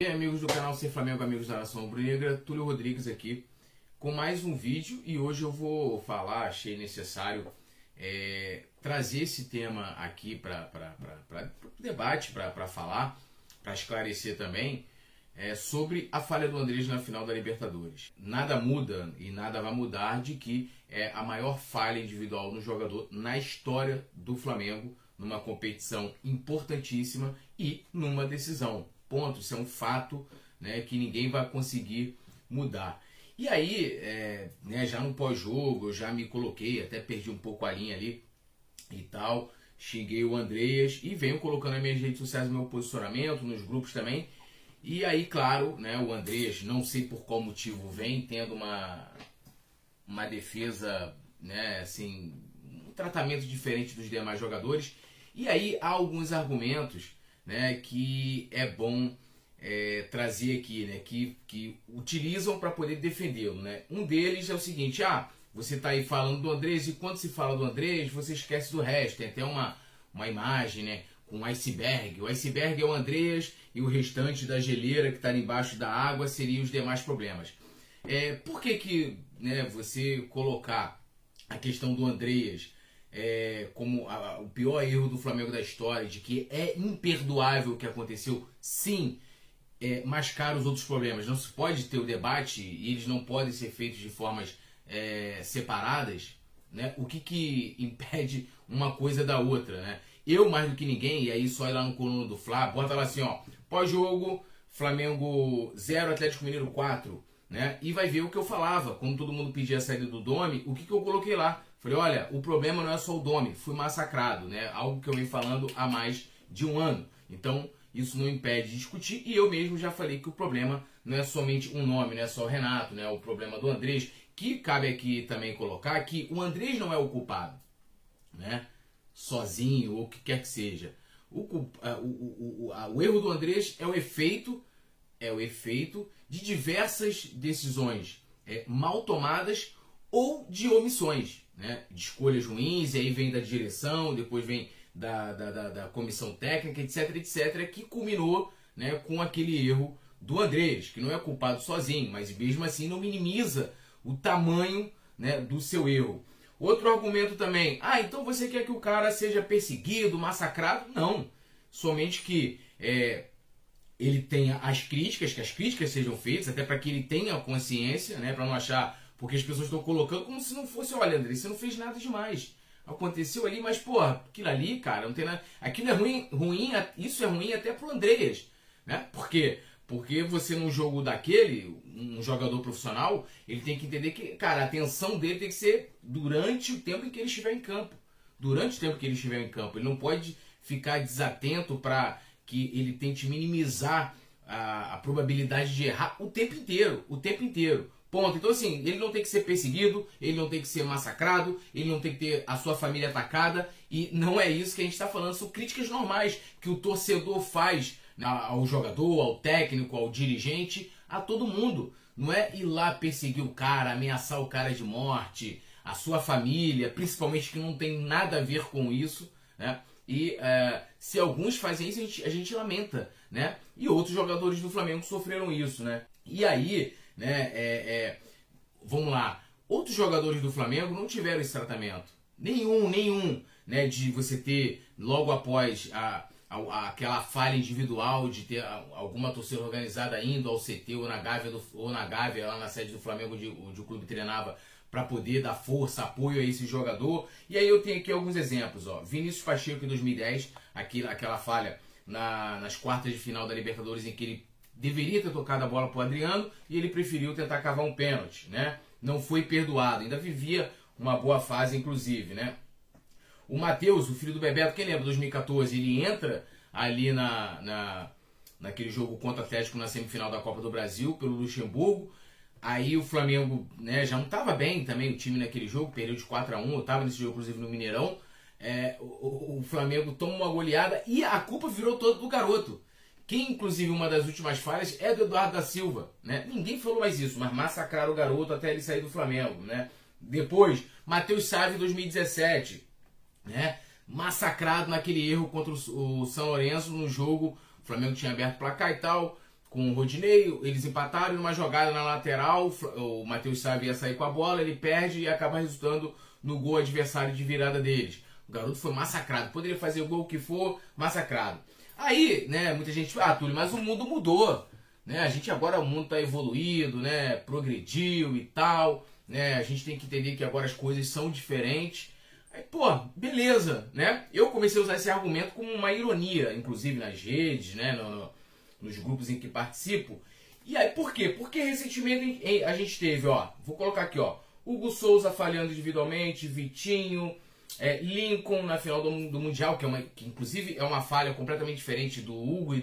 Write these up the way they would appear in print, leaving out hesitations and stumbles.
E aí, amigos do canal Ser Flamengo, amigos da Nação Rubro-Negra, Túlio Rodrigues aqui com mais um vídeo, e hoje eu vou falar, achei necessário trazer esse tema aqui para debate, para falar, para esclarecer também sobre a falha do Andrés na final da Libertadores. Nada muda e nada vai mudar de que é a maior falha individual no jogador na história do Flamengo, numa competição importantíssima e numa decisão. Ponto, isso é um fato, né, que ninguém vai conseguir mudar. E aí, já no pós-jogo, eu já me coloquei, até perdi um pouco a linha ali e tal, xinguei o Andreas e venho colocando nas minhas redes sociais o meu posicionamento, nos grupos também. E aí, claro, né, o Andreas, não sei por qual motivo, vem tendo uma defesa, né, assim, um tratamento diferente dos demais jogadores. E aí há alguns argumentos, né, que é bom trazer aqui, né, que utilizam para poder defendê-lo, né. Um deles é o seguinte: você está aí falando do Andrés, e quando se fala do Andrés, você esquece do resto. Tem até uma imagem, né, com um iceberg. O iceberg é o Andrés e o restante da geleira que está embaixo da água seriam os demais problemas. Por que, né, você colocar a questão do Andrés como o pior erro do Flamengo da história, de que é imperdoável o que aconteceu? Sim, mascara os outros problemas. Não se pode ter o debate e eles não podem ser feitos de formas separadas, né? O que impede uma coisa da outra, né? Eu, mais do que ninguém, e aí só ir lá no coluna do Fla, bota lá assim, ó, pós-jogo, Flamengo 0, Atlético Mineiro 4, né? E vai ver o que eu falava, quando todo mundo pedia a saída do Domi, o que eu coloquei lá. Falei, olha, o problema não é só o Domi, fui massacrado, né? Algo que eu venho falando há mais de um ano. Então, isso não impede de discutir, e eu mesmo já falei que o problema não é somente um nome, não é só o Renato, né? O problema do Andrés, que cabe aqui também colocar que o Andrés não é o culpado, né? Sozinho, ou o que quer que seja. O erro do Andrés é o efeito de diversas decisões mal tomadas ou de omissões, né? De escolhas ruins, e aí vem da direção, depois vem da comissão técnica, etc, etc, que culminou, né, com aquele erro do Andrés, que não é culpado sozinho, mas mesmo assim não minimiza o tamanho, né, do seu erro. Outro argumento também: então você quer que o cara seja perseguido, massacrado? Não, somente que ele tenha as críticas, que as críticas sejam feitas, até para que ele tenha consciência, né, para não achar, porque as pessoas estão colocando como se não fosse, olha, André, você não fez nada demais. Aconteceu ali, mas, porra, aquilo ali, cara, não tem nada. Aquilo é ruim, isso é ruim até pro Andreas, né? Por quê? Porque você, num jogo daquele, um jogador profissional, ele tem que entender que, cara, a atenção dele tem que ser durante o tempo em que ele estiver em campo. Durante o tempo que ele estiver em campo. Ele não pode ficar desatento para que ele tente minimizar a probabilidade de errar o tempo inteiro. O tempo inteiro. Ponto. Então, assim, ele não tem que ser perseguido, ele não tem que ser massacrado, ele não tem que ter a sua família atacada, e não é isso que a gente está falando. São críticas normais que o torcedor faz ao jogador, ao técnico, ao dirigente, a todo mundo. Não é ir lá perseguir o cara, ameaçar o cara de morte, a sua família, principalmente, que não tem nada a ver com isso, né? E se alguns fazem isso, a gente lamenta, né? E outros jogadores do Flamengo sofreram isso, né? E aí, né, vamos lá, outros jogadores do Flamengo não tiveram esse tratamento. Nenhum, né, de você ter, logo após aquela falha individual, de ter alguma torcida organizada indo ao CT ou na Gávea, lá na sede do Flamengo, onde o clube treinava, para poder dar força, apoio a esse jogador. E aí eu tenho aqui alguns exemplos, ó. Vinícius Pacheco em 2010, aquela falha nas quartas de final da Libertadores, em que ele deveria ter tocado a bola para o Adriano e ele preferiu tentar cavar um pênalti, né? Não foi perdoado, ainda vivia uma boa fase, inclusive, né? O Matheus, o filho do Bebeto, quem lembra, 2014, ele entra ali naquele jogo contra o Atlético na semifinal da Copa do Brasil, pelo Luxemburgo. Aí o Flamengo, né, já não estava bem também, o time naquele jogo, perdeu de 4-1, eu estava nesse jogo, inclusive, no Mineirão. O Flamengo toma uma goleada e a culpa virou toda do garoto. Quem, inclusive, uma das últimas falhas é do Eduardo da Silva, né? Ninguém falou mais isso, mas massacraram o garoto até ele sair do Flamengo, né? Depois, Matheus Sávio em 2017, né? Massacrado naquele erro contra o São Lourenço no jogo. O Flamengo tinha aberto o placar e tal, com o Rodinei, eles empataram numa jogada na lateral, o Matheus Sávio ia sair com a bola, ele perde e acaba resultando no gol adversário de virada deles. O garoto foi massacrado, poderia fazer o gol que for, massacrado. Aí, né, muita gente fala, Túlio, mas o mundo mudou, né, a gente agora, o mundo tá evoluído, né, progrediu e tal, né, a gente tem que entender que agora as coisas são diferentes. Aí, pô, beleza, né, eu comecei a usar esse argumento como uma ironia, inclusive nas redes, né, nos grupos em que participo. E aí, por quê? Porque recentemente a gente teve, ó, vou colocar aqui, ó, Hugo Souza falhando individualmente, Vitinho, Lincoln na final do Mundial, que inclusive é uma falha completamente diferente do Hugo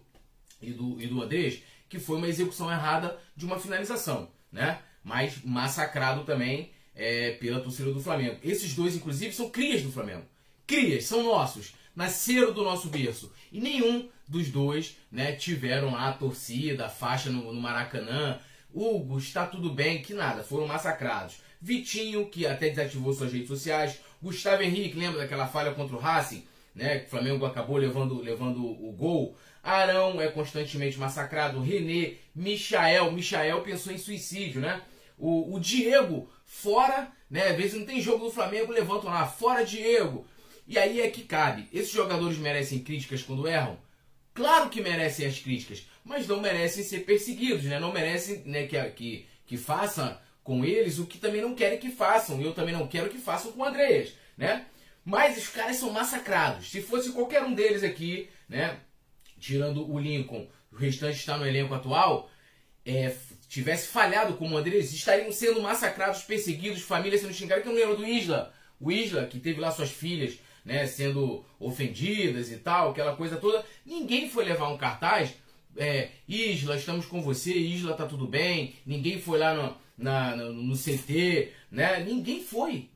e do Andrés, que foi uma execução errada de uma finalização, né? Mas massacrado também pela torcida do Flamengo. Esses dois, inclusive, são crias do Flamengo. Crias, são nossos, nasceram do nosso berço. E nenhum dos dois, né, tiveram lá a torcida, a faixa no Maracanã. Hugo, está tudo bem, que nada, foram massacrados. Vitinho, que até desativou suas redes sociais. Gustavo Henrique, lembra daquela falha contra o Racing, né, que o Flamengo acabou levando o gol. Arão é constantemente massacrado. René, Michael pensou em suicídio, né? O Diego, fora, né, às vezes não tem jogo do Flamengo, levantam lá, fora Diego. E aí é que cabe. Esses jogadores merecem críticas quando erram? Claro que merecem as críticas, mas não merecem ser perseguidos, né? Não merecem, né, que façam com eles o que também não querem que façam. E eu também não quero que façam com o Andrés, né? Mas os caras são massacrados. Se fosse qualquer um deles aqui, né, tirando o Lincoln, o restante está no elenco atual, tivesse falhado como o Andrés, estariam sendo massacrados, perseguidos, famílias sendo xingadas. Que eu não lembro do Isla. O Isla, que teve lá suas filhas, né, sendo ofendidas e tal, aquela coisa toda. Ninguém foi levar um cartaz, Isla, estamos com você, Isla, tá tudo bem. Ninguém foi lá no CT, né? Ninguém foi,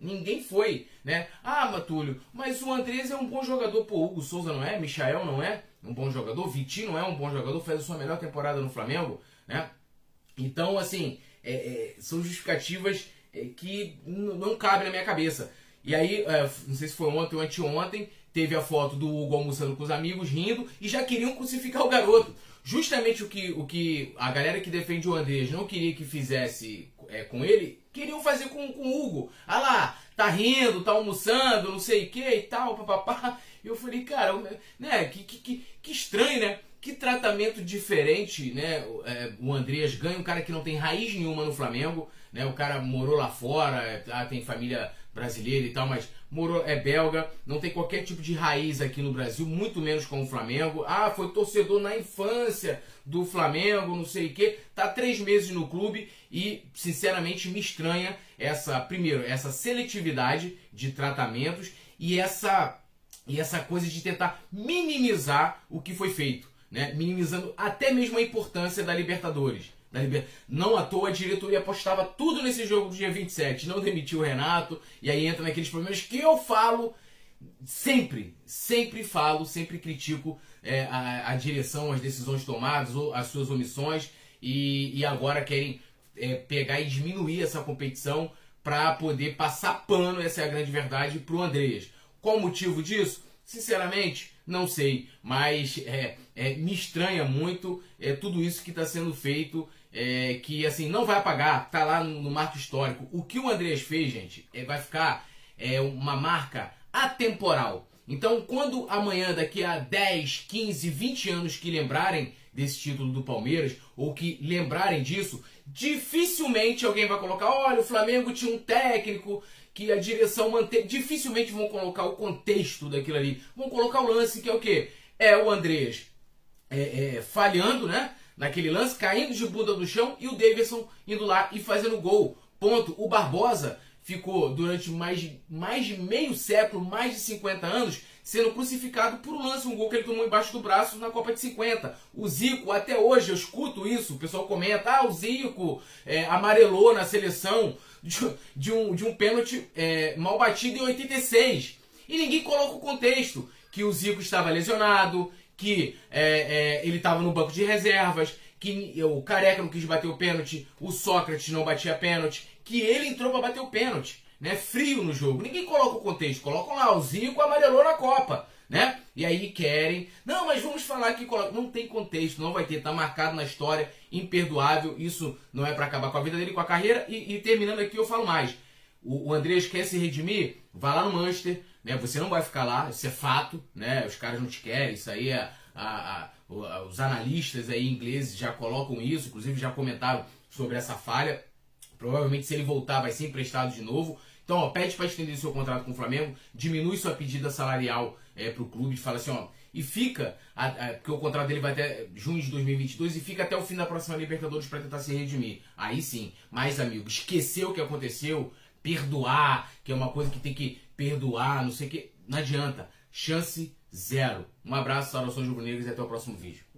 né? Ah, Matúlio, mas o Andrés é um bom jogador. Pô, Hugo Souza não é? Michael não é um bom jogador? Vitinho não é um bom jogador? Fez a sua melhor temporada no Flamengo, né? Então, assim, são justificativas que não cabem na minha cabeça. E aí, não sei se foi ontem ou anteontem, teve a foto do Hugo almoçando com os amigos, rindo, e já queriam crucificar o garoto. Justamente o que a galera que defende o Andrés não queria que fizesse com ele, queriam fazer com o Hugo. Ah lá, tá rindo, tá almoçando, não sei o que e tal, papapá. E eu falei, cara, né, que estranho, né? Que tratamento diferente, né? O Andrés ganha, um cara que não tem raiz nenhuma no Flamengo, né? O cara morou lá fora, tem família brasileira e tal, mas é belga, não tem qualquer tipo de raiz aqui no Brasil, muito menos com o Flamengo. Ah, foi torcedor na infância do Flamengo, não sei o que, tá 3 meses no clube e, sinceramente, me estranha primeiro, essa seletividade de tratamentos e essa coisa de tentar minimizar o que foi feito, né? Minimizando até mesmo a importância da Libertadores. Não à toa a diretoria apostava tudo nesse jogo do dia 27, não demitiu o Renato, e aí entra naqueles problemas que eu falo sempre falo, sempre critico a direção, as decisões tomadas, ou as suas omissões, e agora querem pegar e diminuir essa competição para poder passar pano, essa é a grande verdade, para o Andrés. Qual o motivo disso? Sinceramente, não sei, mas me estranha muito tudo isso que está sendo feito, que assim não vai apagar, tá lá no marco histórico. O que o Andrés fez, gente, vai ficar uma marca atemporal. Então, quando amanhã, daqui a 10, 15, 20 anos que lembrarem desse título do Palmeiras, ou que lembrarem disso, dificilmente alguém vai colocar, olha, o Flamengo tinha um técnico que a direção manteve. Dificilmente vão colocar o contexto daquilo ali. Vão colocar o lance que é o quê? É o Andrés falhando, né? Naquele lance, caindo de bunda no chão, e o Davidson indo lá e fazendo gol. Ponto. O Barbosa ficou durante mais de meio século, mais de 50 anos, sendo crucificado por um lance, um gol que ele tomou embaixo do braço na Copa de 50. O Zico, até hoje, eu escuto isso, o pessoal comenta, o Zico amarelou na seleção de um pênalti mal batido em 86. E ninguém coloca o contexto, que o Zico estava lesionado, que ele estava no banco de reservas, que o Careca não quis bater o pênalti, o Sócrates não batia pênalti, que ele entrou para bater o pênalti, né? Frio no jogo. Ninguém coloca o contexto, colocam lá, o Zico amarelou na Copa, né? E aí querem, não, mas vamos falar que não tem contexto, não vai ter, tá marcado na história, imperdoável, isso não é para acabar com a vida dele, com a carreira, e terminando aqui eu falo mais. O Andreas quer se redimir, vai lá no Manchester, né? Você não vai ficar lá, isso é fato, né? Os caras não te querem, isso aí os analistas aí ingleses já colocam isso, inclusive já comentaram sobre essa falha. Provavelmente se ele voltar vai ser emprestado de novo. Então, ó, pede para estender seu contrato com o Flamengo, diminui sua pedida salarial para o clube, fala assim, ó, e fica, porque o contrato dele vai até junho de 2022 e fica até o fim da próxima Libertadores para tentar se redimir. Aí sim, mas amigo, esquecer o que aconteceu, perdoar, que é uma coisa que tem que perdoar, não sei o que, não adianta. Chance zero. Um abraço, saudações rubro-negras e até o próximo vídeo.